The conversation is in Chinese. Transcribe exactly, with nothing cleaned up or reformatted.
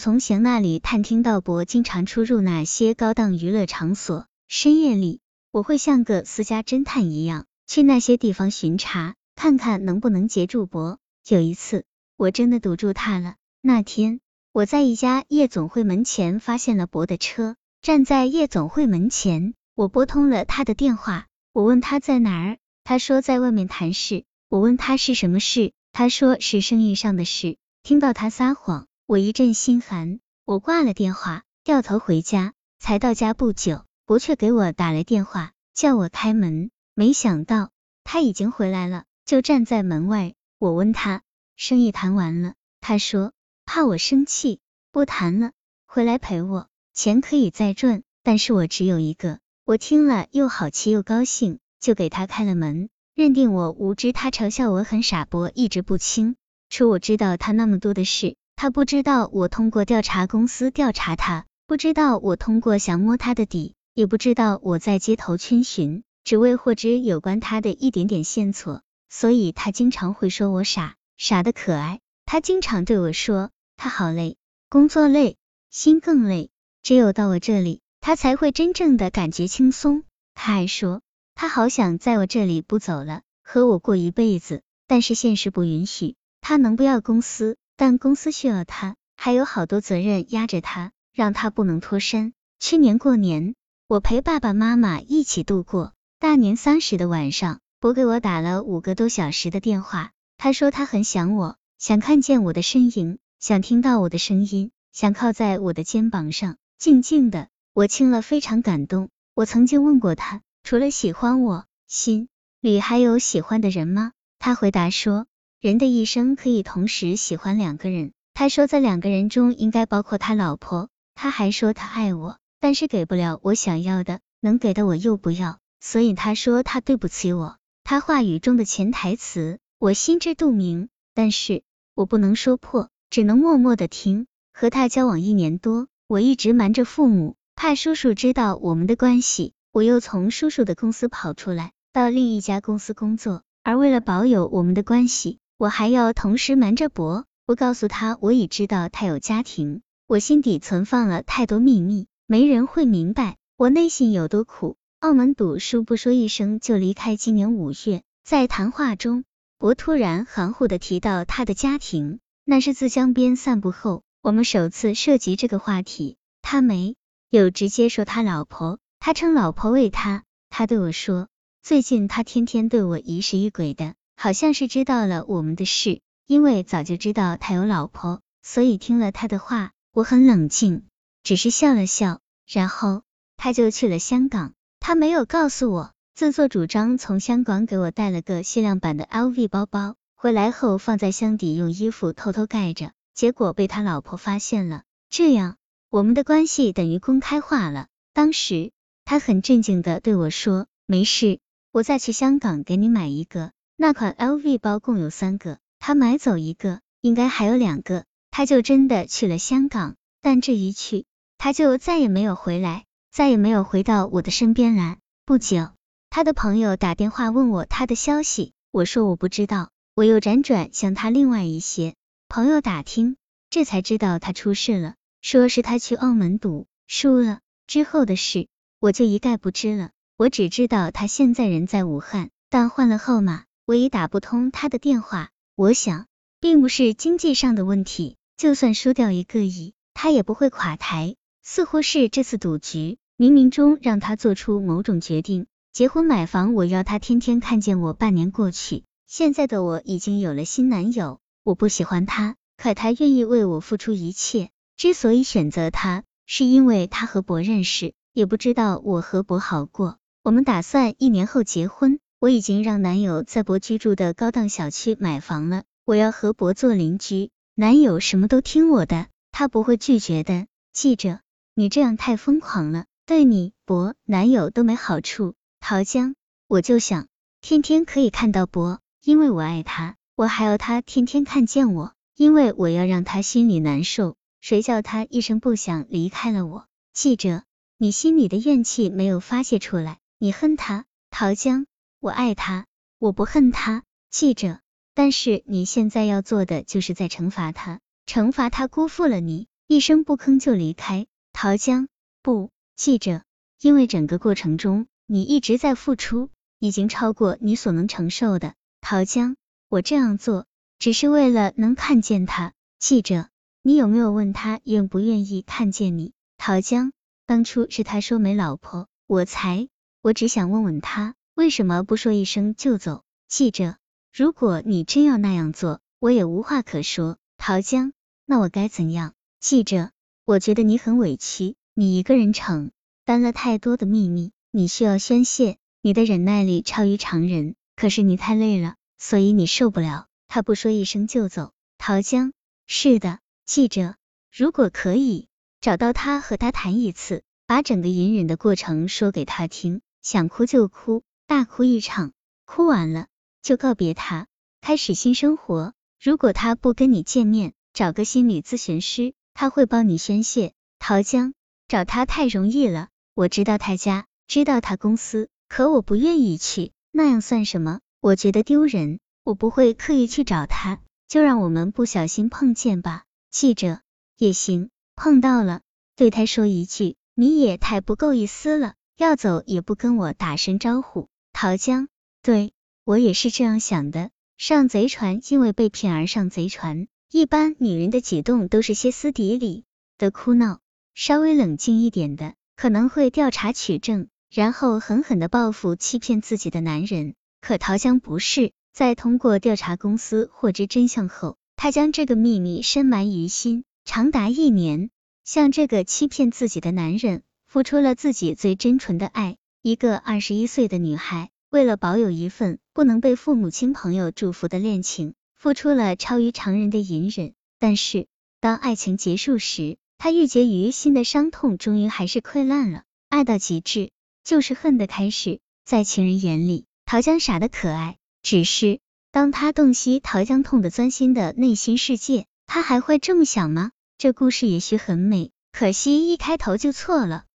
从邢那里探听到博经常出入那些高档娱乐场所，深夜里我会像个私家侦探一样去那些地方巡查，看看能不能截住博。有一次我真的堵住他了，那天我在一家夜总会门前发现了博的车，站在夜总会门前，我拨通了他的电话，我问他在哪儿，他说在外面谈事，我问他是什么事，他说是生意上的事。听到他撒谎，我一阵心寒，我挂了电话，掉头回家，才到家不久，博却给我打来电话，叫我开门，没想到他已经回来了，就站在门外。我问他生意谈完了，他说怕我生气，不谈了，回来陪我，钱可以再赚，但是我只有一个。我听了又好气又高兴，就给他开了门，认定我无知，他嘲笑我很傻，博意志不清，说我知道他那么多的事，他不知道我通过调查公司调查他，不知道我通过想摸他的底，也不知道我在街头圈巡，只为获知有关他的一点点线索，所以他经常会说我傻，傻的可爱。他经常对我说他好累，工作累，心更累，只有到我这里，他才会真正的感觉轻松。他还说他好想在我这里不走了，和我过一辈子，但是现实不允许，他能不要公司，但公司需要他，还有好多责任压着他，让他不能脱身。去年过年，我陪爸爸妈妈一起度过，大年三十的晚上，博给我打了五个多小时的电话，他说他很想我，想看见我的身影，想听到我的声音，想靠在我的肩膀上，静静的。我听了非常感动。我曾经问过他，除了喜欢我，心里还有喜欢的人吗？他回答说，人的一生可以同时喜欢两个人，他说在两个人中应该包括他老婆。他还说他爱我，但是给不了我想要的，能给的我又不要，所以他说他对不起我。他话语中的潜台词我心知肚明，但是我不能说破，只能默默的听。和他交往一年多，我一直瞒着父母，怕叔叔知道我们的关系，我又从叔叔的公司跑出来，到另一家公司工作，而为了保有我们的关系，我还要同时瞒着博。我告诉他我已知道他有家庭，我心底存放了太多秘密，没人会明白我内心有多苦。澳门赌叔不说一声就离开。今年五月，在谈话中，博突然含糊的提到他的家庭，那是自江边散步后，我们首次涉及这个话题。他没有直接说他老婆，他称老婆为他。他对我说，最近他天天对我疑神疑鬼的，好像是知道了我们的事，因为早就知道他有老婆，所以听了他的话，我很冷静，只是笑了笑，然后他就去了香港。他没有告诉我，自作主张从香港给我带了个限量版的 L V 包包，回来后放在箱底，用衣服偷偷盖着，结果被他老婆发现了，这样我们的关系等于公开化了。当时他很镇静的对我说，没事，我再去香港给你买一个。那款 L V 包共有三个，他买走一个，应该还有两个。他就真的去了香港，但这一去，他就再也没有回来，再也没有回到我的身边来。不久，他的朋友打电话问我他的消息，我说我不知道。我又辗转向他另外一些朋友打听，这才知道他出事了，说是他去澳门赌输了，之后的事我就一概不知了。我只知道他现在人在武汉，但换了号码，我已打不通他的电话。我想并不是经济上的问题，就算输掉一个亿，他也不会垮台。似乎是这次赌局冥冥中让他做出某种决定。结婚买房，我要他天天看见我，半年过去，现在的我已经有了新男友，我不喜欢他，可他愿意为我付出一切。之所以选择他，是因为他和博认识，也不知道我和博好过。我们打算一年后结婚，我已经让男友在博居住的高档小区买房了，我要和博做邻居，男友什么都听我的，他不会拒绝的。记着，你这样太疯狂了，对你、博、男友都没好处。桃江，我就想天天可以看到博，因为我爱他，我还要他天天看见我，因为我要让他心里难受。谁叫他一声不响离开了我？记着，你心里的怨气没有发泄出来，你恨他。桃江，我爱他，我不恨他，记着。但是你现在要做的就是在惩罚他，惩罚他辜负了你， 一声不吭就离开。陶江，不，记着，因为整个过程中你一直在付出，已经超过你所能承受的。陶江，我这样做只是为了能看见他，记着，你有没有问他愿不愿意看见你？陶江，当初是他说没老婆，我才，我只想问问他为什么不说一声就走。记着，如果你真要那样做，我也无话可说。陶江，那我该怎样？记着，我觉得你很委屈，你一个人承担了太多的秘密，你需要宣泄，你的忍耐力超于常人，可是你太累了，所以你受不了。他不说一声就走。陶江，是的，记着，如果可以找到他和他谈一次，把整个隐忍的过程说给他听，想哭就哭，大哭一场，哭完了就告别他，开始新生活。如果他不跟你见面，找个心理咨询师，他会帮你宣泄。陶江，找他太容易了，我知道他家，知道他公司，可我不愿意去，那样算什么？我觉得丢人，我不会刻意去找他，就让我们不小心碰见吧。记着，也行，碰到了，对他说一句，你也太不够意思了，要走也不跟我打声招呼。陶江，对，我也是这样想的。上贼船因为被骗而上贼船，一般女人的举动都是歇斯底里的哭闹，稍微冷静一点的可能会调查取证，然后狠狠的报复欺骗自己的男人。可陶江不是，在通过调查公司获知真相后，他将这个秘密深埋于心，长达一年，向这个欺骗自己的男人付出了自己最真纯的爱。一个二十一岁的女孩，为了保有一份不能被父母亲朋友祝福的恋情，付出了超于常人的隐忍。但是当爱情结束时，她郁结于心的伤痛终于还是溃烂了。爱到极致就是恨的开始。在情人眼里，陶江傻的可爱，只是当他洞悉陶江痛得钻心的内心世界，他还会这么想吗？这故事也许很美，可惜一开头就错了。